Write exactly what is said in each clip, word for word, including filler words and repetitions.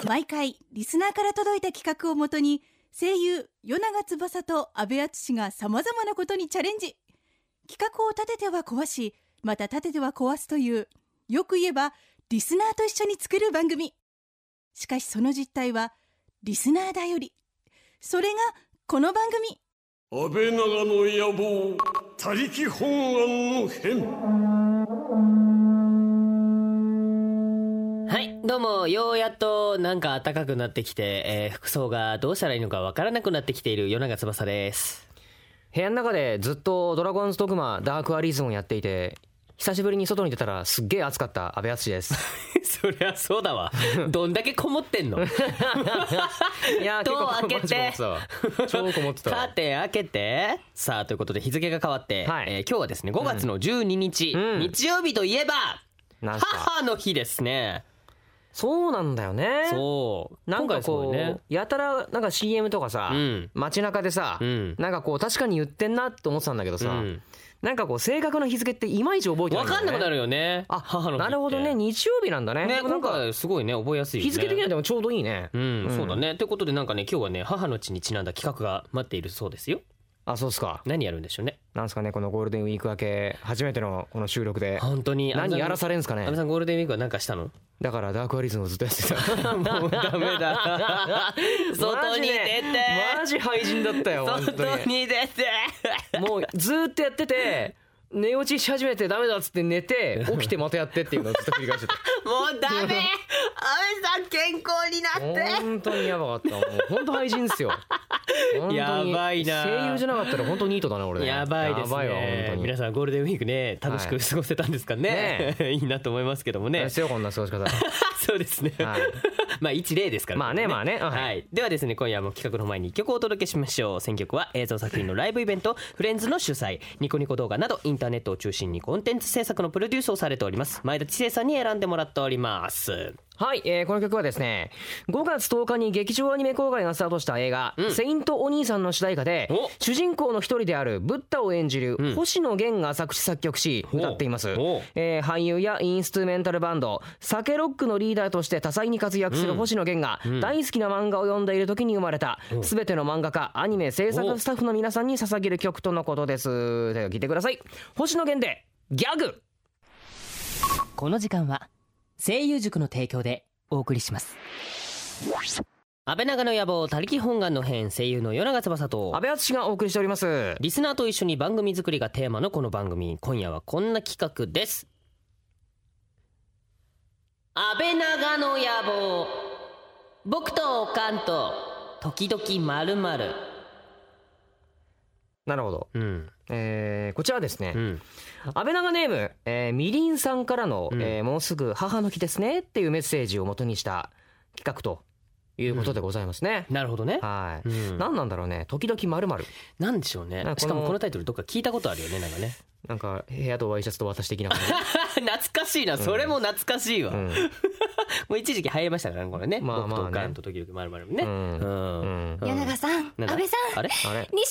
毎回リスナーから届いた企画をもとに声優与永翼と阿部淳がさまざまなことにチャレンジ。企画を立てては壊し、また立てては壊すという、よく言えばリスナーと一緒に作る番組。しかしその実態はリスナーだより。それがこの番組、 安倍長の野望他力本願の変。 はい、どうも。ようやっとなんか暖かくなってきて、えー、服装がどうしたらいいのかわからなくなってきている与永翼です。 部屋の中でずっとドラゴンズドグマダークアリーズンをやっていて、久しぶりに外に出たらすっげえ暑かった阿部淳です。 そりゃそうだわ。どんだけこもってんの。 いやドア開けて超こもってた。 カーテン開けて。さあということで日付が変わって、はい、えー、今日はですねごがつのじゅうににち、うん、日曜日といえば、うん、母の日ですね。 そうなんだよね。 そうなんかこう、ね、やたらなんか シーエム とかさ、うん、街中でさ、うん、なんかこう確かに言ってんなって思ってたんだけどさ、うん、なんかこう正確な日付っていまいち覚えてないんだよね。 分かんなくなるよね。 あ、母の日って。なるほどね、日曜日なんだね。 ね、なんかすごいね覚えやすいよね。 日付的にはでもちょうどいいね。 うん、うん、そうだね。ということでなんかね今日はね母の日にちなんだ企画が待っているそうですよ。 あ、そうですか。 何やるんでしょうね。 なんですかね、このゴールデンウィーク明け初めてのこの収録で本当に何やらされんすかね。 阿部さんゴールデンウィークは何かしたの？だからダークアリズムをずっとやってた。 もうダメだ。外に出てマジ廃人だったよ。 外に出てもうずっとやってて寝落ちし始めてダメだっつって寝て起きてまたやってっていうのをずっと繰り返してた。 もうダメ。阿部さん健康になって本当にやばかった。もう本当廃人ですよ。 やばいな。 声優じゃなかったら本当ニートだな俺ね。 やばいですね。 やばいわ本当に。 皆さんゴールデンウィークね楽しく過ごせたんですかね。はい、ねいいなと思いますけどもね。 ですよこんな過ごし方。 そうですね。はい、まあ一例ですから、ね。 まあねまあね。 はい、はい。ではですね今夜も企画の前にいっきょくお届けしましょう。選曲は映像作品のライブイベントフレンズの主催、ニコニコ動画などインターネットを中心にコンテンツ制作のプロデュースをされております前田知世さんに選んでもらっております。 はい、えー、この曲はですねごがつとおかに劇場アニメ公開がスタートした映画、うん、セイントお兄さんの主題歌で主人公の一人であるブッダを演じる星野源が作詞作曲し歌っています、えー、俳優やインストゥルメンタルバンドサケロックのリーダーとして多彩に活躍する星野源が大好きな漫画を読んでいる時に生まれた全ての漫画家アニメ制作スタッフの皆さんに捧げる曲とのことです。では聴いてください。星野源でギャグ。 この時間は声優塾の提供でお送りします。安倍長の野望他力本願の編、声優の与永翼と阿部淳がお送りしております。 リスナーと一緒に番組作りがテーマのこの番組、今夜はこんな企画です。安倍長の野望、僕とおかんと時々まるまる。 なるほど、うんえー、こちらはですね、うん、安倍長ネーム、えー、みりんさんからの、うんえー、もうすぐ母の日ですねっていうメッセージを元にした企画ということでございますね、 うん、なるほどね。 はい、うん、何なんだろうね、時々まるまるなんでしょうね。しかもこのタイトルどっか聞いたことあるよね。なんかね、 なんか部屋とワイシャツと私的な感じ。懐かしいな、それも懐かしいわ、うん、もう一時期流行りましたからねこれね、まあまあね、僕とおかんと時々まるまるね。 与永さん、安倍さん、 あれあれにしゅうかんぶりです。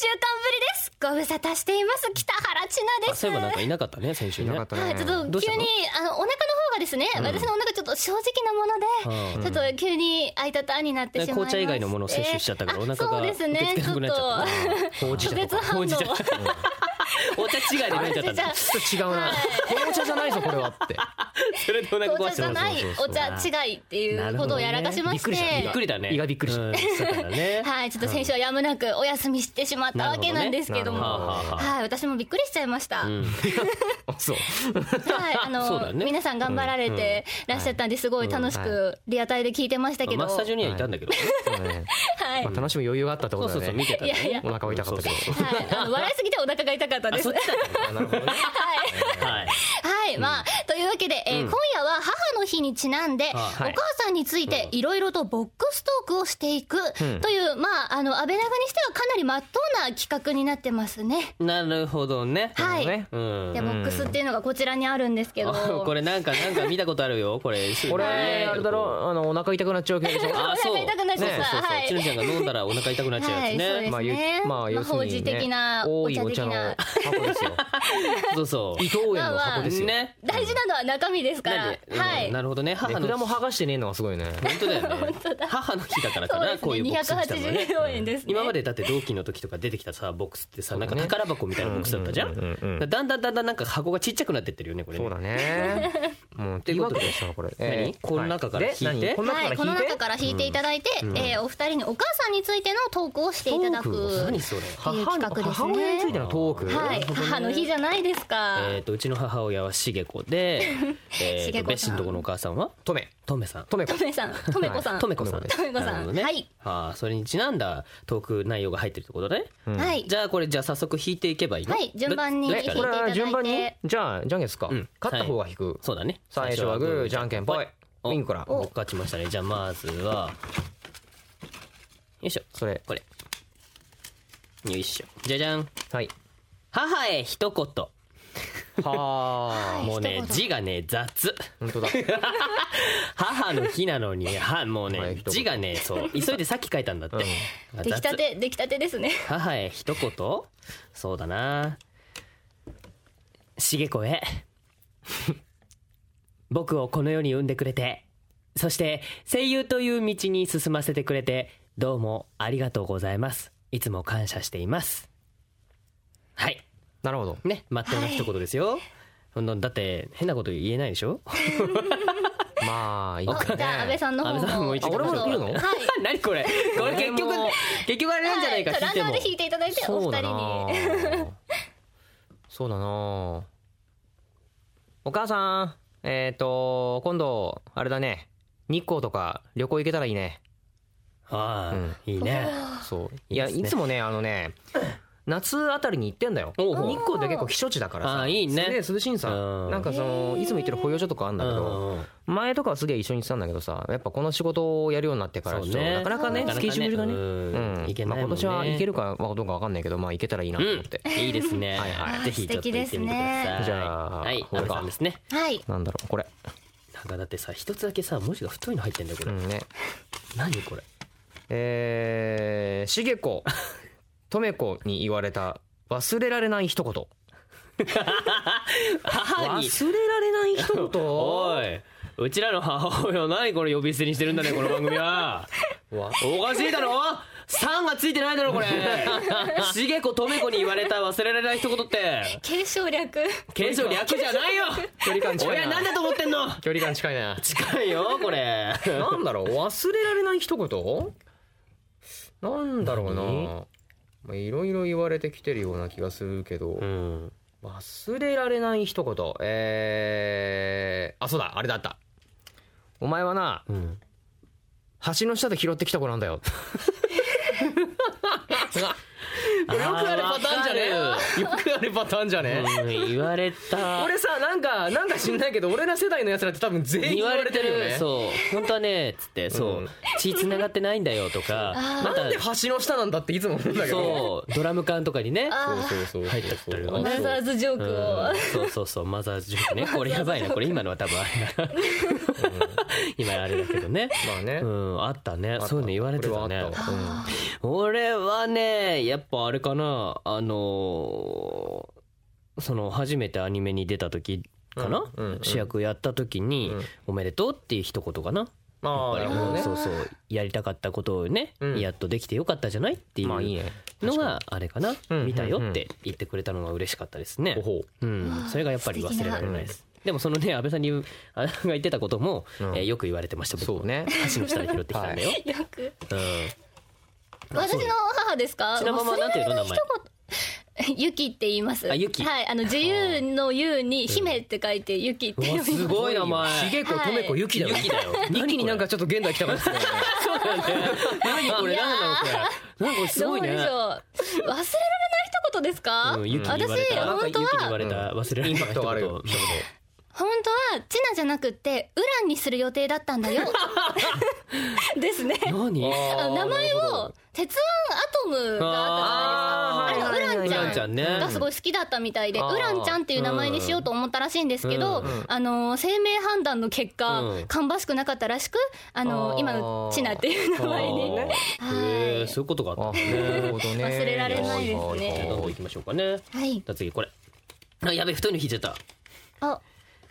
ご無沙汰しています。北原千奈です。 そういえばなんかいなかったね先週ね。 はい、ちょっと急にあのお腹の方がですね、うん、私のお腹ちょっと正直なもので、うん、ちょっと急に空いたたんになってしまいまして、紅茶以外のものを摂取しちゃったからお腹が受け付けなくなっちゃった。 ほうじ茶とかほうじ茶お茶違いで飲んじゃったんだ。 ちょっと違うな、紅茶じゃないぞこれはって。 それでお腹壊してます。 紅茶じゃないお茶違いっていうことをやらかしまして、 びっくりだね。 胃がびっくりした。 はい、ちょっと先週はやむなくお休みしてしまったわけなんですけども、はい、私もびっくりしちゃいました。 そう。 はい、あの皆さん頑張られてらっしゃったんですごい楽しくリアタイで聞いてましたけど、 スタジオにはいたんだけど、 はい、 楽しむ余裕があったってことだね。 そうそう見てたね。 お腹は痛かったけど、 はい、笑いすぎてお腹が痛かったです。 そっちだったなるほどね。 はいはい、まあというわけで、えー、今夜は母の日にちなんで、お母さんについていろいろとボックストークをしていくという、まああの安倍長にしてはかなりまっとうな企画になってますね。 なるほどね。 はい。でボックスっていうのがこちらにあるんですけど、 これなんかなんか見たことあるよこれ。 これあれだろ、あのお腹痛くなっちゃう系でしょ。 あ、そう。お腹痛くなっちゃった。はい。 ちぬちゃんが飲んだらお腹痛くなっちゃうやつね。 まあまあ要するにほうじ的なお茶的な箱ですよ。 そうそう。 伊藤園の箱ですよ。 ねね。 大事なのは中身ですから。 なんでうんはい。 なるほどね。母の値札も剥がしてねえのがすごいね。 本当だよね。母の日だからかな、 そうですね。 こういうボックス来たのにひゃくはちじゅうね。 よえんですね。 今までだって同期の時とか出てきたさボックスってさ、なんか宝箱みたいなボックスだったじゃん。 うんうんうんうんだんだんだんだんなんか箱がちっちゃくなってってるよねこれね。 そうだね。もうっていうことでしたこれ。 何この中から引いてで何このはい、この中から引いていただいて、えーお二人にお母さんについてのトークをしていただくトーク何それ。 っていう企画です母親についね。 てのトーク。 はい、母の日じゃないですか。 えっとうちの母親はしげこで、えっとしげこさんベッシンとこのお母さんはとめとめさん。 とめことめさん、とめこさん、 とめこさん。 とめこさんなるほどねはい。 ああそれにちなんだトーク内容が入ってるってことね。 はい。 じゃあこれじゃあ早速引いていけばいいの。 はい順番にどどっちからこれは順番に引いていただいてじゃあじゃんけんですか。 うん勝った方が引く。 そうだね。 最初はグーじゃんけんぽい。 おウィンコラ。 僕勝ちましたね。じゃあまずはよいしょそれこれよいしょじゃじゃん。 はい。 母へ一言。 はあ。 もうね一言字がね雑。 本当だ。 母の日なのにはもうねはい一言字がねそう急いでさっき書いたんだって。あ出来た雑て、出来たてですね。 母へ一言。そうだな。しげこへ僕をこの世に産んでくれて、そして声優という道に進ませてくれてどうもありがとうございます。いつも感謝しています。はいなるほど。 ね、まっとうな一言ですよ。そんなだって変なこと言えないでしょ。 まあいいかじゃあ安倍ね。 さんの方安倍さんもも。 一応あ俺も言うのはい。 何これこれ結局俺も結局あれなんじゃないかはい聞いてもランナーで引いていただいておそうだ二人なに。 そうだなお母さんえっと今度あれだね日光とか旅行行けたらいいね。 ああ、いいね。 そういやいいですねいつもねあのね夏あたりに行ってんだよ。日おうほう光って結構避暑地だからさあーいいねすげえ涼しいんさ。 うんなんかそのいつも行ってる保養所とかあんだけど前とかはすげえ一緒に行ってたんだけどさやっぱこの仕事をやるようになってからちょっとそうねなかなかねなかなかねスケジュールがねうんうんまあ行けないもんね今年は行けるかどうかわかんないけどまあ行けたらいいなと思って。 いいですね。 はいはいぜひちょっと行ってみてください。 じゃあはい、安これか倍さんですね。 はい。 なんだろうこれなんかだってさ一つだけさ文字が太いの入ってんだよこれ。 うんね何これ。 えー、しげことめこに言われた忘れられない一言。 母に。 忘れられない一言。 おい。うちらの母親を何これ呼び捨てにしてるんだねこの番組は。 わおかしいだろ。さんがついてないだろこれ。しげことめこに言われた忘れられない一言って。 継承略。 継承略じゃないよ。 距離感近いな。 親なんだと思ってんの。 距離感近いな。 近いよこれ。 なんだろう忘れられない一言。なんだろうな。まあいろいろ言われてきてるような気がするけど、 うん。 忘れられない一言。えー、あそうだあれだった。お前はな、 うん。 橋の下で拾ってきた子なんだよ。これよくあるパターンじゃねえ。よくあるパターンじゃねえ。 うん言われた。 俺さなんかなんか知んないけど俺ら世代のやつらって多分全員言われてるよね。 そう本当はねつってそう、 うん血繋がってないんだよとかまたなんで橋の下なんだっていつも思うんだけど。 そうドラム缶とかにねそうそうそう入っちゃったりとかねマザーズジョークを。 うんそうそうそうマザーズジョークねこれやばいなこれ今のは多分あれだ今あれだけどねまあね。 うんあったねあったそういうの言われてたねこれはあったわ俺はねやっぱあれかなあのーその初めてアニメに出た時かな、 うんうんうん主役やった時に、 うんおめでとうっていう一言かな。 ああなるほどね。 そうそうやりたかったことをね、 うんやっとできてよかったじゃないっていうまあいいね。 のがあれかな、 うん見たよって言ってくれたのが嬉しかったですね、 ほほうん、それがやっぱり忘れられないです。でもそのね安倍さんに言うあが言ってたことも、 うんえーよく言われてました僕そうね。 橋の下で拾ってきたんだよ、 よく。 うん、 私の母ですか。 ちなままなんていうの名前ゆきって言います。 あゆきはい、あの自由のゆうに姫って書いてゆきって読みます。 すごい名前しげことめこゆきだよ。 ゆきだよ一気になんかちょっと現代来たからですね。 そうなんだよ何これいやー何なのこれなんかすごいねどうでしょう。忘れられない一言ですか。 うん、ゆきに言われ私た本当ゆきに言はわれた忘れられないインパクトがあるよ一言本当はチナじゃなくってウランにする予定だったんだよ。ですね。 何あの名前を鉄腕アトムがあったじゃないですか。あれのウランちウランちゃんゃんねがすごい好きだったみたいで、 あーウランちゃんっていう名前にしようと思ったらしいんですけど、 うんあの生命判断の結果、 うん芳しくなかったらしく、あのあー今のチナっていう名前に。 あーへえそういうことがあったあんですねなるほどね。 忘れられないですねじゃあどんどん行きましょうかね。 はい。 じゃあ次これあやべえ太いの引いちゃった。 あ、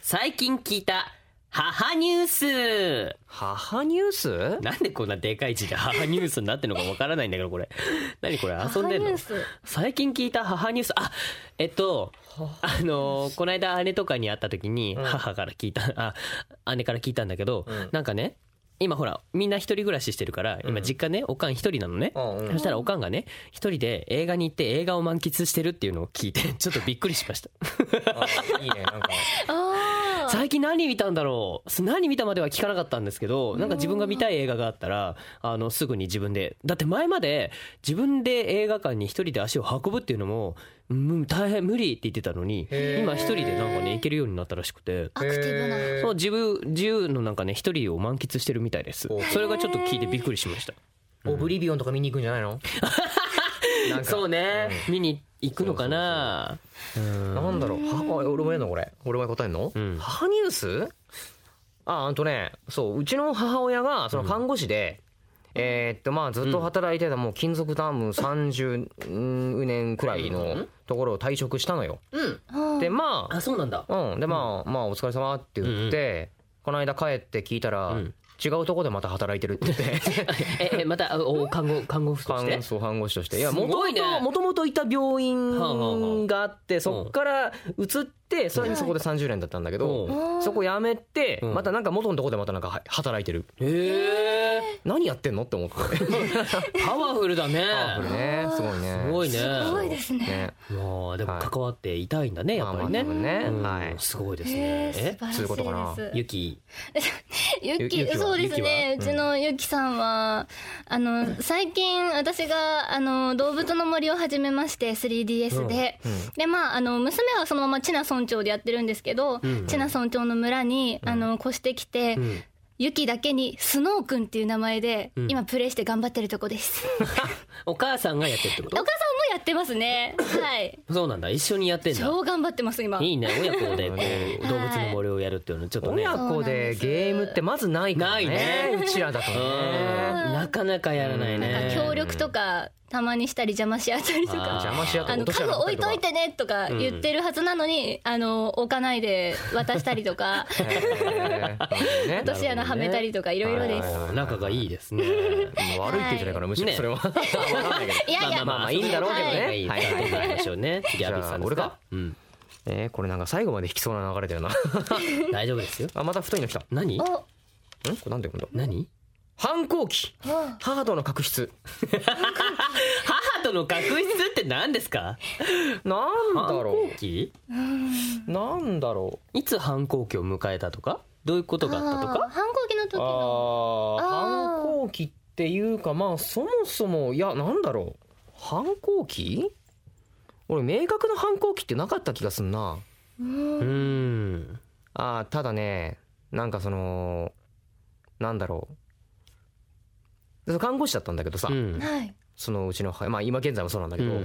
最近聞いた母ニュース。 母ニュース？ なんでこんなでかい字で母ニュースになってるのかわからないんだけど、これ何これ遊んでんの？最近聞いた母ニュース。あ、えっとあのー、この間姉とかに会った時に母から聞いた、うん、あ姉から聞いたんだけど、うん、なんかね今ほらみんな一人暮らししてるから今実家ね、おかん一人なのね、うん、そしたらおかんがね一人で映画に行って映画を満喫してるっていうのを聞いてちょっとびっくりしましたあいいねなんか最近何見たんだろう。何見たまでは聞かなかったんですけど、なんか自分が見たい映画があったらあのすぐに自分で、だって前まで自分で映画館に一人で足を運ぶっていうのも、うん、大変無理って言ってたのに今一人でなんかね行けるようになったらしくて、 アクティブなそう自分自由のなんかね一人を満喫してるみたいです。それがちょっと聞いてびっくりしました。 オブリビオンとか見に行くんじゃないの？ なんかそうね、うん、見に行くのかな。 そうそうそう、うん、なんだろう。は俺もやんのこれ。俺も答えんの？うん、母ニュース？ああんとね、そううちの母親がその看護師で、うん、えー、っとまあずっと働いてたもう勤続タームさんじゅうねんくらいのところを退職したのよ。 うん、 でまああそうなんだ。 うんでまあまあお疲れ様って言って、うん、この間帰って聞いたら。うん、違うとこでまた働いてるって言ってえまたお看護看護婦として、 そう看護師として、いやもともといた病院があってそっから移ってさらにそこでさんじゅうねんだったんだけど、そこ辞めてまたなんか元のとこでまたなんか働いてる。 へえ何やってんのって思ってパワフルだね。 パワフルね、すごいね、 すごいね、 すごいですね。 もうでも関わっていたいんだねやっぱりね。はい、すごいですね。 えそういうことかな。 ゆきゆきそうですね。うちのゆきさんはあの最近私があの動物の森を始めまして スリーディーエス で、うんうん、でまああの娘はそのまま知名村長でやってるんですけど、うんうん、知名村長の村にあの越してきて、うん、ゆきだけにスノーくんっていう名前で、うん、今プレイして頑張ってるとこですお母さんがやってるってこと？ お母さんもやってますね。はいそうなんだ、一緒にやってんだ。 超頑張ってます今。 いいね、親子でこう動物の森をやるっていうのちょっとね、 親子でゲームってまずないからね。 ないね、 うちらだとねなかなかやらないね。 なんか協力とかたまにしたり邪魔し合ったりとか、 邪魔し合ったり、 あの家具置いといてねとか言ってるはずなのに、うん、あの置かないで渡したりとか落とし穴はめたりとかいろいろです。 仲がいいですね。 悪いって言うじゃないかな、むしろそれは、ね、 いやいやまあまあいいんだろうけどね。はい、はい、はい、でしょうね。次はさんですか。うん。 えー、これなんか最後まで引きそうな流れだよな大丈夫ですよ。 あ、また太いの来た。 何？ん？これなんで今度？ 何？ 反抗期、母との確執母との確執って何ですか？ なんだろう、 反抗期？ なんだろう、いつ反抗期を迎えたとか、どういうことがあったとか。 反抗期の時のあ反抗期っていうか、まあそもそもいやなんだろう、反抗期、俺明確な反抗期ってなかった気がすんな。 うーん、 あただね、なんかそのなんだろう、看護師だったんだけどさ、うん、そのうちの、まあ、今現在もそうなんだけど、うん、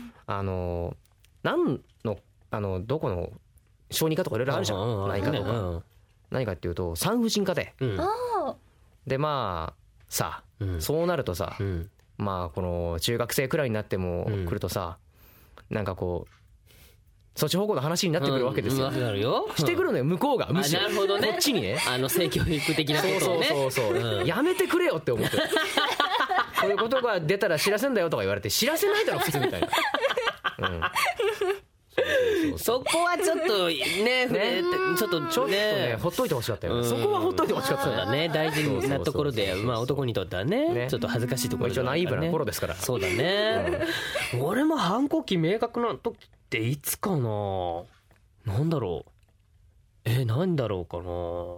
あの何のあのどこの小児科とかいろいろあるじゃん、内科とか、うん、何かっていうと産婦人科で、うん、でまあさ、うん、そうなるとさ、うん、まあこの中学生くらいになっても来るとさ、うん、なんかこうそっち方向の話になってくるわけですよ。 なるよ。 してくるのよ向こうが、むしろ。なるほどね。こっちにね。 あの性教育的なことをね。 そうそうそうそう、うん。やめてくれよって思って。こういうことが出たら知らせんだよとか言われて、知らせないだろ普通みたいな。うんそこはちょっとね、ねちょっとちょっとねほっといてほしかったよ。そこはほっといてほしかった。 そうだね、大事なところで、まあ男にとってはね、ちょっと恥ずかしいところ一応ナイーブな頃ですから。 そうだね。俺も反抗期明確な時っていつかな。なんだろう。えなんだろうかな。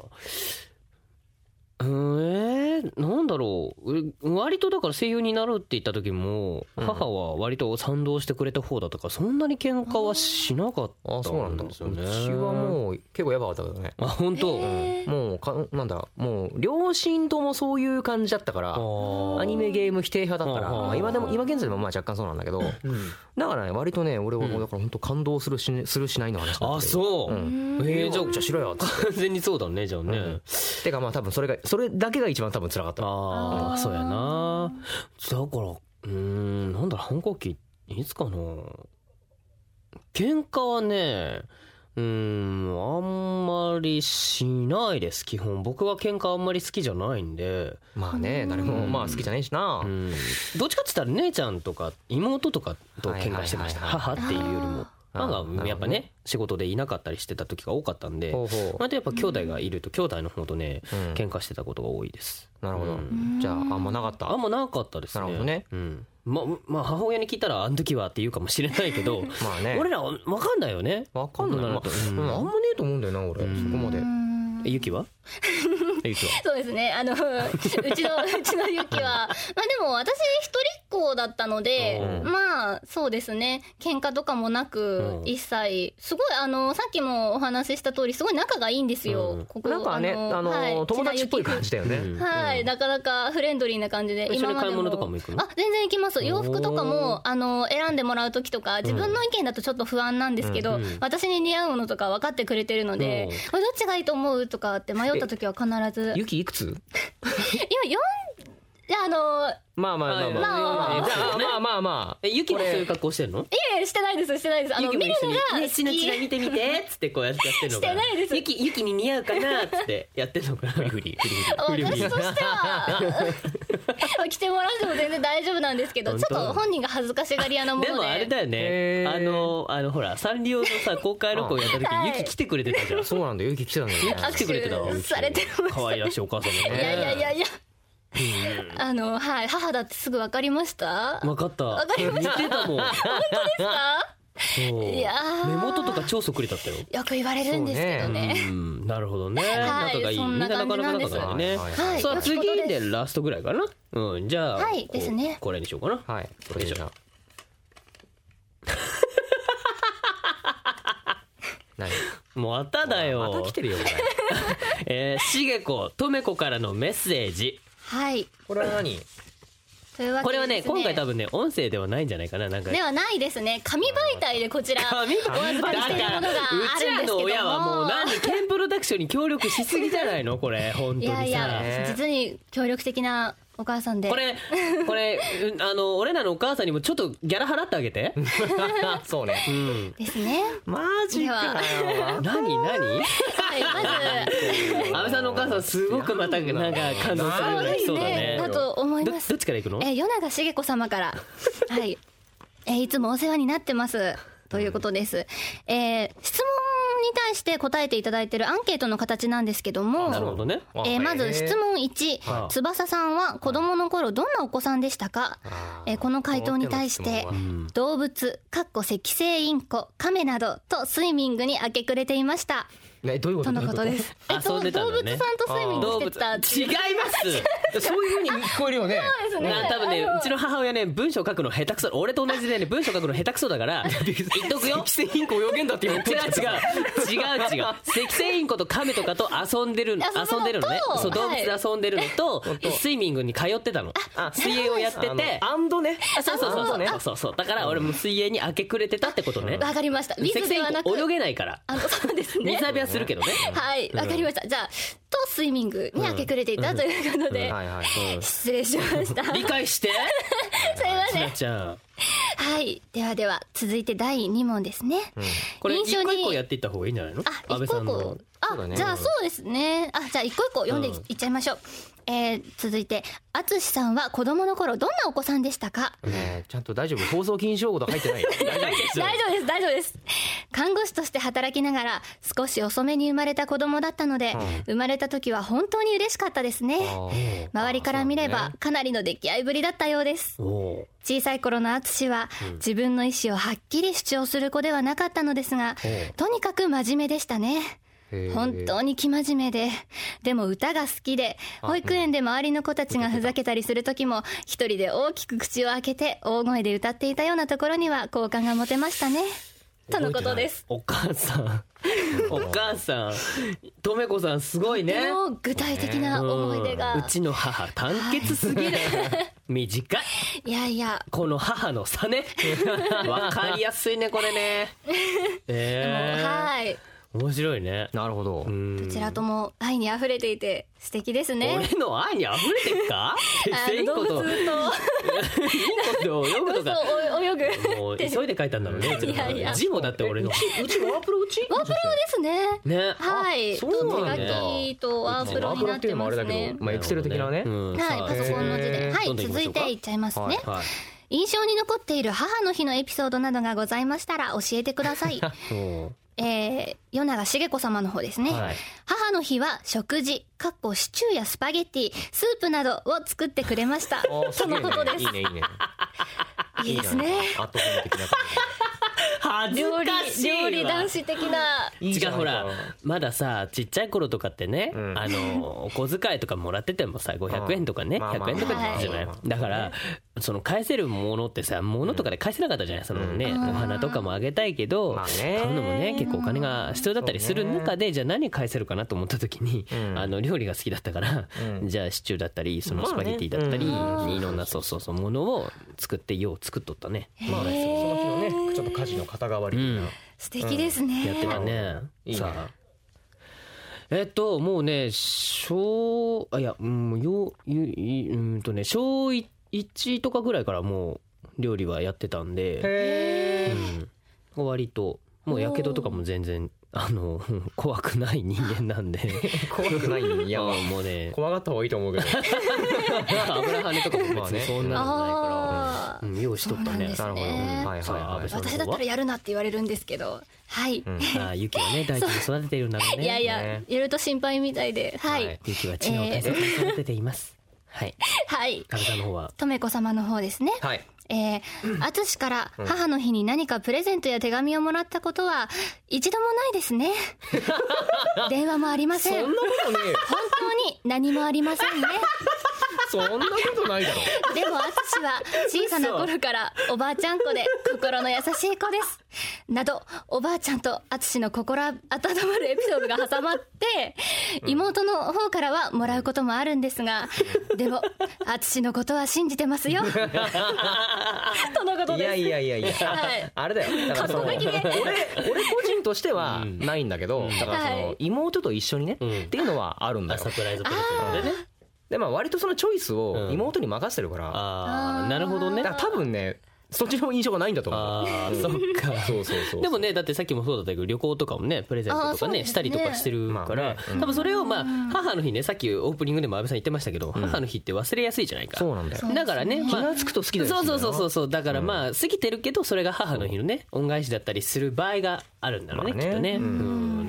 えー、なんだろう、割とだから声優になるって言った時も、うん、母は割と賛同してくれた方だったからそんなに喧嘩はしなかったんですよね。あ、そうなんだ。うちはもう結構やばかったけどね。 あ、本当、うん、 もうかなんだもう両親ともそういう感じだったから、アニメゲーム否定派だったら、まあ、今でも今現在でもまあ若干そうなんだけど、うん、だからね割とね俺はだから本当感動するしするしないの話だった。 あ、そう、うん、えー、じゃあじゃあしろよって完全にそうだねじゃあね、うん、 てかまあ多分それがそれだけが一番多分辛かった。 ああ、そうやな。だからうーん、なんだろう、反抗期いつかな。喧嘩はねうーんあんまりしないです基本。僕は喧嘩あんまり好きじゃないんで。 まあね誰もまあ好きじゃないしな、 うん、どっちかって言ったら姉ちゃんとか妹とかと喧嘩してました。母っていうよりもなんかやっぱね仕事でいなかったりしてた時が多かったんで、あとやっぱ兄弟がいると兄弟の方とね喧嘩してたことが多いです。 なるほど。じゃああんまなかった。 あんまなかったですね。 なるほどね。 うん。ままあ母親に聞いたらあの時はって言うかもしれないけど、まあね俺ら分かんないよね。 分かんない。まあ、うん、あんまねえと思うんだよな俺、うん、そこまで。 ゆきはゆきはそうですねあのうちのうちのゆきはまあでも私一人っ子だったのでまあそうですね喧嘩とかもなく一切すごいあのさっきもお話しした通りすごい仲がいいんですよ、うん、ここなんかねあの、はい、友達っぽい感じだよね、うん、 はい、なかなかフレンドリーな感じで一緒に買い物とかも行くの？ あ全然行きます。洋服とかもあの選んでもらう時とか自分の意見だとちょっと不安なんですけど、うん、私に似合うものとか分かってくれてるので、うん、どっちがいいと思うとかって迷った時は必ずゆきいくつ？ いやよんいやあのまあまあまあまあまあまあまあえゆきもそういう格好してるの？ いやいやしてないですしてないです。あの見るのが好き。 ねちの見てみてっつってこうやってやってるのかな。 してないです。 ゆきゆきに似合うかなっつってやってるのかな。フリフリフリフリ。私としては着てもらっても全然大丈夫なんですけどちょっと本人が恥ずかしがり屋なもので。 でもあれだよねあのあのほらサンリオのさ公開録音やった時にゆき来てくれてたじゃん。 そうなんだゆき来てたんだよ。 来てくれてたわ。 されてます。 可愛らしいお母さんだね。 いやいやいやいや。あのはい母だってすぐ分かりました。 分かった。 分かりました。 似てたもん。 本当ですか？ いや目元とか超そっくりだったよ。 よく言われるんですけどね。 うん、なるほどね。仲がいい。みんななかなか仲がいいね。さあ次でラストぐらいかな。うん、じゃあはいですね。 これにしようかな。 はい。これじゃあ。 何？まただよ。 また来てるよこれ。 えー、しげことめこからのメッセージ。 はい。 これは何？ これはね今回多分ね音声ではないんじゃないかな。なんかではないですね。紙媒体でこちらお預かりしているものがあるんですけども、 うちらの親はもう何ケンプロダクションに協力しすぎじゃないのこれ本当にさ。 いやいや実に協力的なお母さんでこれこれあの俺らのお母さんにもちょっとギャラ払ってあげて。 そうね、 うん、ですね。 マジかよ。 何何はいまず安倍さんのお母さんすごくまたなんか感動するぐらいそうだね。 だと思います。 どっちから行くの？ え与永茂子様からはいえいつもお世話になってますということです。えー、質問に対して答えていただいているアンケートの形なんですけども、 なるほどね。 えー、まず質問いち、翼さんは子供の頃どんなお子さんでしたか？えー、この回答に対して動物かっこ赤星インコカメなどとスイミングに明け暮れていました。 ね、どういうこととのことです。えっと、動物さんとスイミングしてた。 違いますそういう風に聞こえるよね。そうですね。多分ねうちの母親ね文章書くの下手くそ。俺と同じでね文章書くの下手くそだから言っとくよ。赤星インコ泳げんだって言ってる。違う違う違う違う赤星インコとカメとかと遊んでる遊んでるのね。そう動物で遊んでるのとスイミングに通ってたの。水泳をやっててアンドね。 そうそうそうそうそうだから俺も水泳に明け暮れてたってことね。 わかりました。水ではなく泳げないから。 そうですね。 水浴びはするけどね。 はいわかりました。じゃあとスイミングに明け暮れていたということで失礼しました。 理解してすいません。 ちゃんはいではでは続いてだいに問ですね。 これ一個一個やっていった方がいいんじゃないの？ あ一個一個あじゃあそうですね。あじゃあ一個一個読んでいっちゃいましょう。えー、続いて淳さんは子供の頃どんなお子さんでしたか？ ね、ちゃんと大丈夫放送禁止用語と入ってない大丈夫です大丈夫です大丈夫です。看護師として働きながら少し遅めに生まれた子供だったので、うん、生まれた時は本当に嬉しかったですね。周りから見ればかなりの出来合いぶりだったようです。小さい頃の淳は、うん、自分の意思をはっきり主張する子ではなかったのですが、とにかく真面目でしたね。本当に生真面目ででも歌が好きで保育園で周りの子たちがふざけたりする時も一人で大きく口を開けて大声で歌っていたようなところには好感が持てましたねとのことです。 お母さんお母さんとめこさんすごいね。 もう具体的な思い出が、 うちの母単潔すぎる短いいやいやこの母の差ねわかりやすいねこれね。 えー、でもはい面白いね。 なるほど。 どちらとも愛に溢れていて素敵ですね。 俺の愛に溢れてるか？ あ動物といいことを読むとか泳ぐもう急いで書いたんだろうね。 いやいや字もだって俺のうちワープロうちワープロですね。 ね。 はい。 そうなんだ手書きとワープロになってますね。 まあエクセル的なね。 はい、パソコンの字で。はい、続いていっちゃいますね。印象に残っている母の日のエピソードなどがございましたら教えてください。えー、与永茂子様の方ですね、はい、母の日は食事かっこシチューやスパゲッティスープなどを作ってくれましたとのことです。 いいねいいねいいですね。 アットホーム的な恥ずかしいわ。 料理男子的な。 違うほらまださちっちゃい頃とかってね、うん、あのお小遣いとかもらっててもさごひゃくえんとかね、まあまあ、ひゃくえんとかじゃない、はい、だからその返せるものってさ物とかで返せなかったじゃない。そのね、うん、お花とかもあげたいけど、まあね、買うのもね結構お金が必要だったりする中で、じゃあ何返せるかなと思った時に、うん、あの料理が好きだったから、うん、じゃあシチューだったりそのスパゲティだったり、まあね、いろんなそうそうそうものを作ってよう作っとったね。 まあねその日のねちょっと家事の肩代わり的な、うん、 素敵ですね、 うん、やってたね。いいね。さあえっともうね小あいやうんようんとね小一とかぐらいからもう料理はやってたんで、へー、うん、割ともうやけどとかも全然あの怖くない人間なんで怖くないいやもうね怖がった方がいいと思うけど油跳ねとかも別にそんなのないから、うん、用意しとったね。 なるほど、はいはい、私だったらやるなって言われるんですけど、はい、うん、 あゆきはね大事に育てているんだろうね。 いやいや、ね、やると心配みたいで、はい、はい、 ゆきは知能を大切に育てています、えー、はいはいかみさんの方はとめこ様の方ですね。 はい、 えー、あつしから母の日に何かプレゼントや手紙をもらったことは一度もないですね電話もありません。 そんなことねえ。 本当に何もありませんねそんなことないだろ。 でもあつしは小さな頃からおばあちゃん子で心の優しい子ですなどおばあちゃんとあつしの心温まるエピソードが挟まって妹の方からはもらうこともあるんですが、でもあつしのことは信じてますよとのことです。 いやいやいやいや、はい、あれだよ。だからその俺俺個人としてはないんだけど、うん、だからその妹と一緒にね、うん、っていうのはあるんだよ。 サプライズプレゼントでね。 でまあ割とそのチョイスを妹に任せてるから、うん、 ああなるほどね。 だから多分ねそっちの印象がないんだと思う。 ああ、そっか。そうそうそう。でもねだってさっきもそうだったけど旅行とかもねプレゼントとかねしたりとかしてるから、多分それをまあ母の日ねさっきオープニングでも安倍さん言ってましたけど、母の日って忘れやすいじゃないか。 そうなんだよ。 だからね気がつくと好きだよ。 そうそうそうそうそうだからまあ過ぎてるけどそれが母の日のね恩返しだったりする場合があるんだろうねきっとね。うん、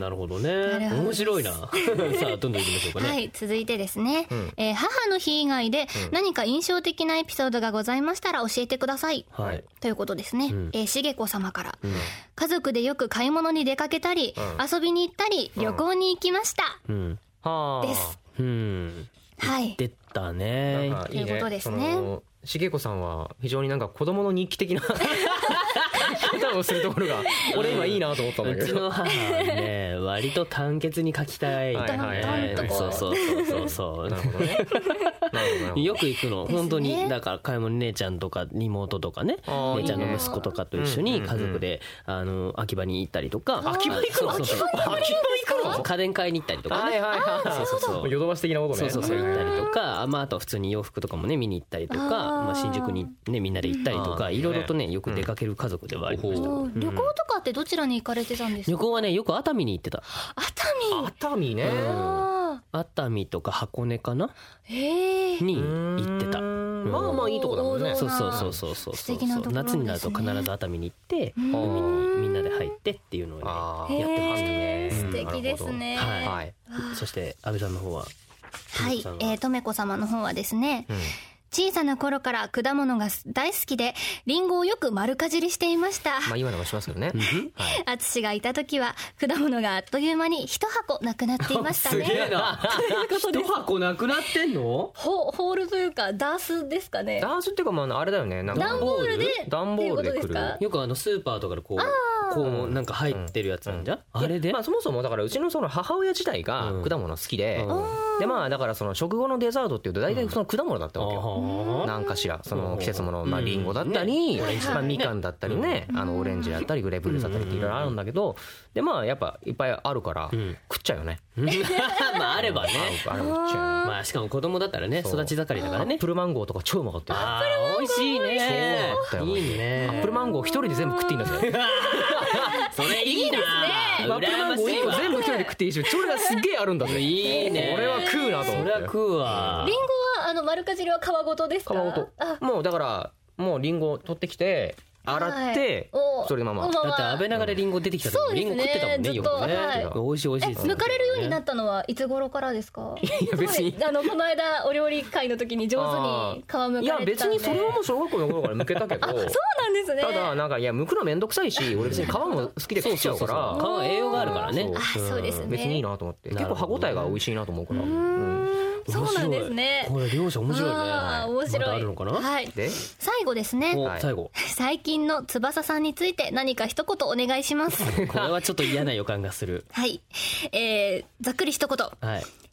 なるほどね。面白いな。さあどんどんいきましょうかね。 はい、続いてですね、え母の日以外で何か印象的なエピソードがございましたら教えてください。はい。ということですね。えしげこ様から家族でよく買い物に出かけたり遊びに行ったり旅行に行きましたです。はい。 出たね。 ということですね。 しげこさんは非常になんか子供の日記的な歌をするところが俺今いいなと思ったんだけど、 うちの母はね割と簡潔に書きたい。 はいはいはい。 そうそうそうそうそう。なるほどね。よく行くの本当に。だから買い物姉ちゃんとか妹とかね姉ちゃんの息子とかと一緒に家族であの秋葉に行ったりとか。 秋葉行くの？秋葉行くの？ 家電買いに行ったりとかね。 はいはいはい。そうそうそう。ヨドバシ的なことね。 そうそうそう行ったりとか、まああとは普通に洋服とかもね見に行ったりとか、まあ新宿にねみんなで行ったりとかいろいろとねよく出かける家族ではありました。 旅行とかってどちらに行かれてたんですか？ 旅行はねよく熱海に行ってた。 熱海。 熱海ね。 熱海とか箱根かなに行ってた。 まあまあいいとこだもんね。 そうそうそうそうそうそう。夏になると必ず熱海に行って海にみんなで入ってっていうのをねやってましたね。 素敵ですね。 はい。そして安倍さんの方は。 はい。えとめこ様の方はですね。小さな頃から果物が大好きでリンゴをよく丸かじりしていました。 まあ今のもしますけどね。 あつしがいた時は果物があっという間に一箱なくなっていましたね。 すげえな。一箱なくなってんの？ ホホールというかダースですかね。 ダースっていうかまああれだよね。なんか段ボールで段ボールでくる。 よくあのスーパーとかでこうこうなんか入ってるやつなんじゃ？あれで？ まあそもそもだからうちのその母親自体が果物好きで、でまあだからその食後のデザートっていうと大体その果物だったわけよ。 なんかしらその季節もの、まあ、リンゴだったり、まあ、みかんだったりね、あのオレンジだったりグレープフルーツだったりっていろいろあるんだけど、でまあやっぱいっぱいあるから食っちゃうよね。 まああればね、 あれ食っちゃう。 まあしかも子供だったらね、育ち盛りだからね。 アップルマンゴーとか超うまかったよ。 あー美味しいね。いいね。 アップルマンゴー一人で全部食っていいんだぜ。 それいいな。 アップルマンゴー一個全部一人で食っていいし、それがすっげえあるんだぜ。 いいね。 俺は食うなと思って。 それは食うわ。 リンゴはあの丸かじりは皮ごとですか？ 皮ごと。もうだからもうリンゴ取ってきて洗ってそれのまま。 だって安倍長でリンゴ出てきた時リンゴ食ってたもんね、よくね。美味しい美味しい。 剥かれるようになったのはいつ頃からですか？ いや別にあのこの間お料理会の時に上手に皮剥かれてたんで。 いや別にそれはもう小学校の頃から剥けたけど。 そうなんですね。 ただなんかいや剥くのめんどくさいし、俺別に皮も好きで食っちゃうから。 皮は栄養があるからね。 あ、そうですね。 別にいいなと思って、結構歯ごたえが美味しいなと思うから。 そうなんですね。 これ両者面白いね。 面白い。 まだあるのかな。 はい。最後ですね。 最後。 最近の翼さんについて何か一言お願いします。 これはちょっと嫌な予感がする。 はい。えー、ざっくり一言。はい。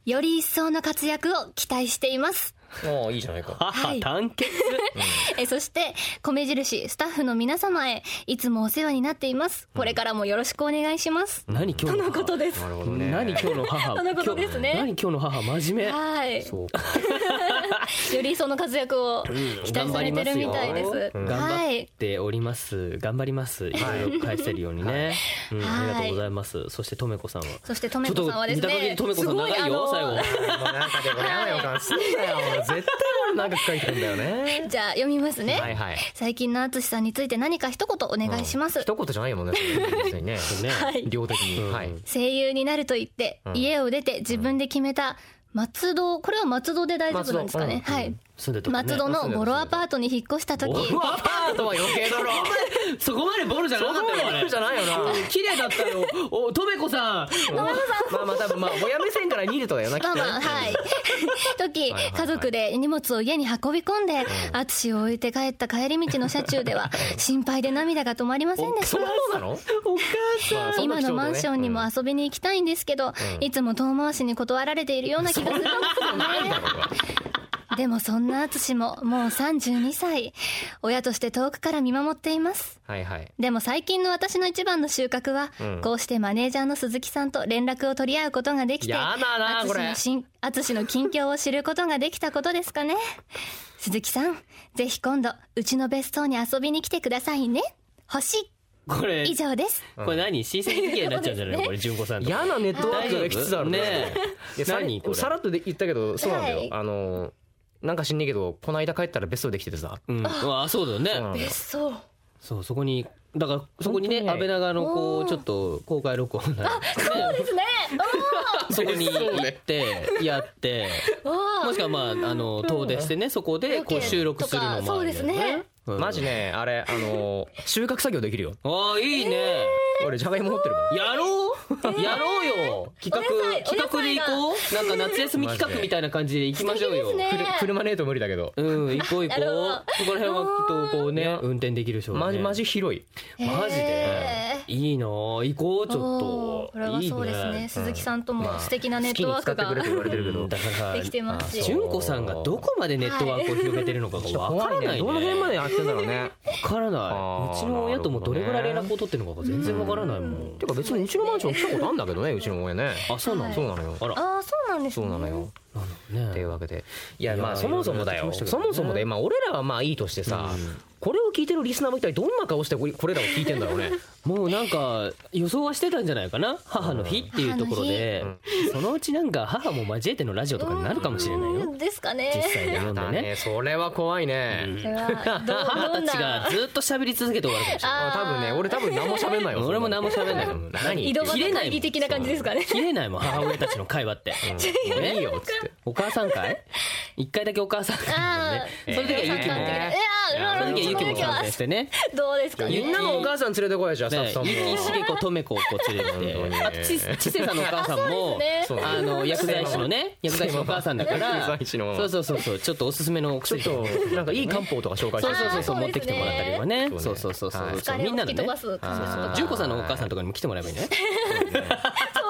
より一層の活躍を期待しています。 ああいいじゃないか。 はい、単結。 えそして米印スタッフの皆様へいつもお世話になっています。これからもよろしくお願いします。 何今日のことです。 なるほどね。 何今日の母。 そのことですね。 何今日の母真面目。 はい。 そう。 よりその活躍を期待されてるみたいです。 頑張っております。頑張ります。いろいろ返せるようにね。ありがとうございます。そしてとめこさんは。 そしてとめこさんはですね。 とめこさん長いよ最後。 なんかでも嫌な予感すんだよ。絶対俺長く書いてるんだよね。 じゃあ読みますね。 はいはい。 最近の淳さんについて何か一言お願いします。 一言じゃないもんね。ね。量的に。はい。 声優になると言って家を出て自分で決めた松戸、これは松戸で大丈夫なんですかね。はい。松戸のボロアパートに引っ越した時。 ボロアパートは余計だろ。そこまでボロじゃなかったよ。 ボロじゃないよな。 綺麗だったよ。お、とめこさん。 とめこさん。 まあまあ多分まあ親目線から見るとだよな。 まあまあはい。時家族で荷物を家に運び込んで淳を置いて帰った帰り道の車中では心配で涙が止まりませんでした。 そうなの？お母さん。今のマンションにも遊びに行きたいんですけど、いつも遠回しに断られているような気がするんですよね。でもそんな淳ももうさんじゅうにさい、親として遠くから見守っています。 はいはい。 でも最近の私の一番の収穫は、うん、こうしてマネージャーの鈴木さんと連絡を取り合うことができて、淳の近況を知ることができたことですかね。鈴木さん、ぜひ今度うちの別荘に遊びに来てくださいね。星。これ以上です。 これ何親戚付き合いになっちゃうんじゃないのこれ純子さんと。 嫌なネットワークがきつつあるね。 何これ。 さらっと言ったけどそうなんだよ。あのなんか知んねえけどこの間帰ったら別荘できててさ。 ああそうだよね。 別荘。 そうそこにだからそこにね安倍長のこうちょっと公開録音あそうですね。 そこに行ってやってもしくはまああの遠出してねそこでこう収録するのもある。 そうですね。 マジねあれあの収穫作業できるよ。 ああいいね。 俺じゃがいも持ってるもん。 やろうやろうよ。企画企画で行こう。なんか夏休み企画みたいな感じで行きましょうよ。 車ねえと無理だけど。 うん行こう行こう。そこら辺はきっとこうね運転できるしょ。 マジマジ広い。 マジでいいな行こうちょっと。 これはそうですね。鈴木さんとも素敵なネットワークができてますし。 純子さんがどこまでネットワークを広げてるのかがわからないね。 どの辺までやってんだろうね。 わからない。うちの親ともどれぐらい連絡を取ってるのかが全然わからないもん。 てか別にうちのマンション来たことあるんだけどねうちの親ね。 あそうなの。 そうなのよ。 あらあそうなんです。 そうなのよ。っていうわけでいやまあそもそもだよそもそもでまあ俺らはまあいいとしてさこれを聞いてるリスナーも一体どんな顔してこれらを聞いてんだろうね。 もうなんか予想はしてたんじゃないかな母の日っていうところでそのうちなんか母も交えてのラジオとかになるかもしれないよ。 ですかね。 実際で読んでね。 それは怖いね。 母たちがずっと喋り続けて終わるかもしれない。 多分ね俺多分何も喋んないよ。 俺も何も喋んないよ。 何井戸端会議的な感じですかね。 切れないもん母親たちの会話って。いいよっつってお母さん会一回だけお母さん会ね。その時はゆきもその時はゆきも参加してね。 どうですか。 みんなのお母さん連れてこいじゃん。ゆきしげことめこをこう連れてあちちせさんのお母さんもあの薬剤師のね薬剤師のお母さんだからそうそうそうそうちょっとおすすめの薬となんかいい漢方とか紹介してそうそうそうそう持ってきてもらったりとかね。そうそうそうそうみんなのね純子さんのお母さんとかにも来てもらえばいいね。 そうですね。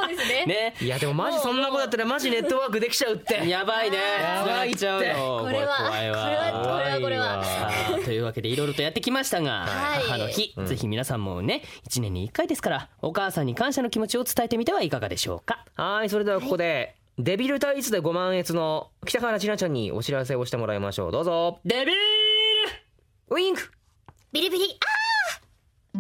ね。 いやでもマジそんなことだったらマジネットワークできちゃうってやばいね。 やばいって繋がっちゃうよ。 これは怖いわ。 これはこれはこれはさあというわけでいろいろとやってきましたが、 はい母の日、ぜひ皆さんもねいちねんにいっかいですからお母さんに感謝の気持ちを伝えてみてはいかがでしょうか。 はい、それではここでデビルタイツでごまんえつの北原千奈ちゃんにお知らせをしてもらいましょう。どうぞ。 デビーウインク。 ビリビリ。あ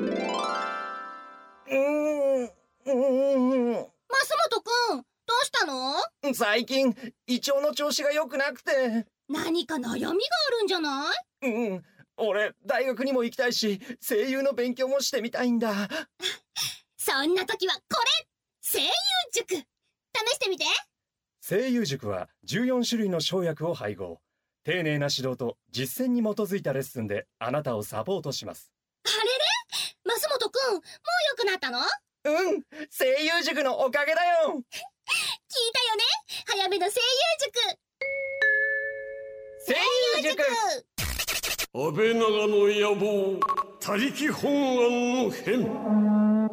うーんうーんー、増本くん、どうしたの？ 最近胃腸の調子が良くなくて。 何か悩みがあるんじゃない？ うん、俺大学にも行きたいし声優の勉強もしてみたいんだ。 そんな時はこれ、声優塾。試してみて。 声優塾はじゅうよんしゅるいの生薬を配合、丁寧な指導と実践に基づいたレッスンであなたをサポートします。 あれれ、増本くん、もう良くなったの？ うん、声優塾のおかげだよ。 聞いたよね、早めの声優塾。 声優塾。 安倍長の野望他力本願の変。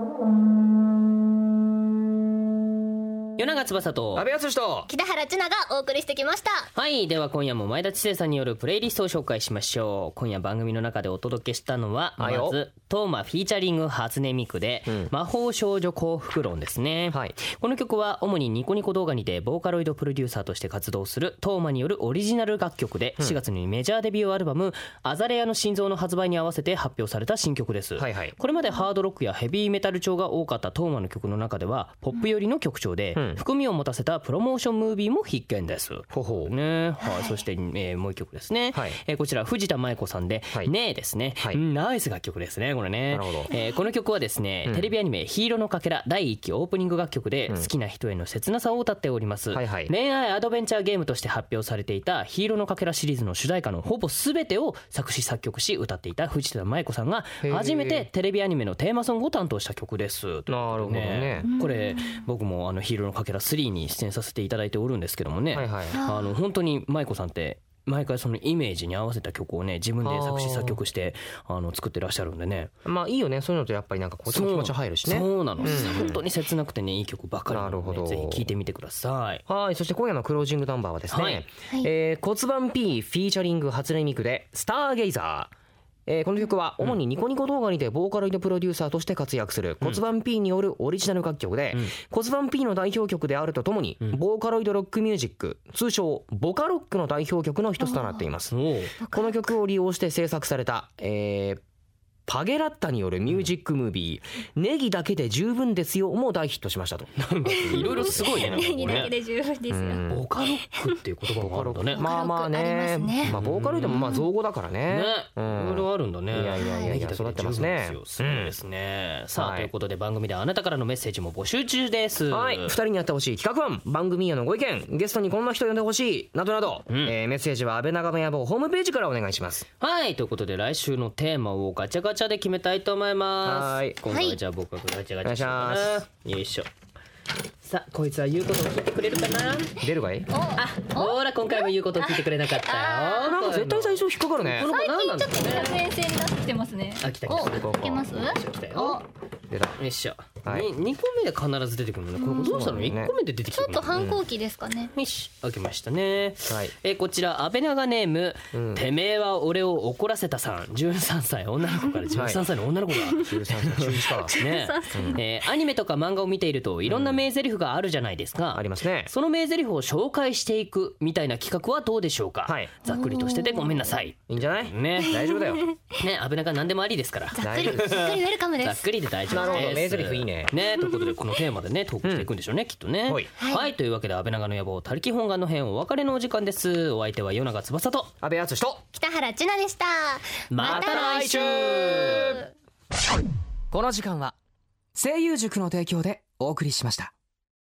与永翼と安倍敦と北原千奈がお送りしてきました。 はい、では今夜も前田知世さんによるプレイリストを紹介しましょう。今夜番組の中でお届けしたのはまはいよずトーマフィーチャリング初音ミクで、 うん魔法少女幸福論ですね、 はいこの曲は主にニコニコ動画にてボーカロイドプロデューサーとして活動するトーマによるオリジナル楽曲で、しがつにメジャーデビューアルバムアザレアの心臓の発売に合わせて発表された新曲です、 はいはいこれまでハードロックやヘビーメタル調が多かったトーマの曲の中ではポップ寄りの曲調で、 うん含みを持たせたプロモーションムービーも必見です。 ほうほうね、はい、そして、えーもう一曲ですね、 はいえーこちら藤田舞子さんで、 はいねえですね、 はいうんナイス楽曲ですねこれね。 なるほどえーこの曲はですね、 うんテレビアニメヒーローのかけらだいいっきオープニング楽曲で、 うん好きな人への切なさを歌っております、 はいはい恋愛アドベンチャーゲームとして発表されていたヒーローのかけらシリーズの主題歌のほぼ全てを作詞作曲し歌っていた藤田舞子さんがへー初めてテレビアニメのテーマソングを担当した曲です。 なるほどねこれ僕もあのヒーローのかけらスリーに出演させていただいておるんですけどもね、 はいはいあの本当に舞子さんって毎回そのイメージに合わせた曲をね自分で作詞作曲してあの作ってらっしゃるんでね。 まあいいよね、そういうのとやっぱりなんかこっちも気持ち入るしね。 そうなの、 うん本当に切なくてねいい曲ばかりなので、 なるほどぜひ聴いてみてください。 はい、そして今夜のクロージングナンバーはですね、 はいえー骨盤 P フィーチャリング初音ミクでスターゲイザー。えーこの曲は主にニコニコ動画にてボーカロイドプロデューサーとして活躍する骨盤 P によるオリジナル楽曲で、骨盤 P の代表曲であるとともに、ボーカロイドロックミュージック通称ボカロックの代表曲の一つとなっています。 おうこの曲を利用して制作された、えーパゲラッタによるミュージックムービー「ネギだけで十分ですよ」も大ヒットしましたと。 いろいろすごいねなんかこれネギだけねで十分ですよ。 うんボカロックっていう言葉もあるんだね。 まあまあねボカロックありますねまあボーカロイドもまあ造語だからね。 ね、 うんいろいろあるんだね。 いやいやいやいやネギだけで育ってますね十分ですよすごいですね。さあ、 はいということで番組ではあなたからのメッセージも募集中です。 はい、ふたりにやってほしい企画案、番組へのご意見、ゲストにこんな人呼んでほしいなどなど、 んえーメッセージは安倍長の野望ホームページからお願いします。 はいということで来週のテーマをガチャガチャで決めたいと思います。 はい今回はじゃあ僕がガチャガチャしようかお願いな。よいしょ。さあこいつは言うことを聞いてくれるかな。 出るかい？ あほら今回も言うことを聞いてくれなかったよ。 なんか絶対最初引っかかるねこ。の子何なんだろうね。 先生になってきてますね。 あ来た来たお、 来たいけます？ 来たよ。 出た。 よいしょ。 はいににこめで必ず出てくるのね。これどうしたの？ うんいっこめで出てきてくるの。 ちょっと反抗期ですかね。 よし開けましたね、 はいえーこちら安倍長ネーム、 うんてめえは俺を怒らせたさんじゅうさんさい女の子からじゅうさんさいの女の子が、 じゅうさんさい中一か。 ねえーアニメとか漫画を見ているといろんな名台詞があるじゃないですか、 ありますね。 その名台詞を紹介していくみたいな企画はどうでしょうか、 はいざっくりとしててごめんなさいいいんじゃない？ ね大丈夫だよ。 ね安倍長何でもありですからざっくり、ざっくりウェルカムです。 ざっくりで大丈夫です。 なるほど名台詞いいねねということでこのテーマでねトークしていくんでしょうね、きっとね。 はいはいというわけで安倍長の野望他力本願の編お別れのお時間です。お相手は与永翼と安倍敦と北原千奈でした。 また来週。 この時間は声優塾の提供でお送りしました。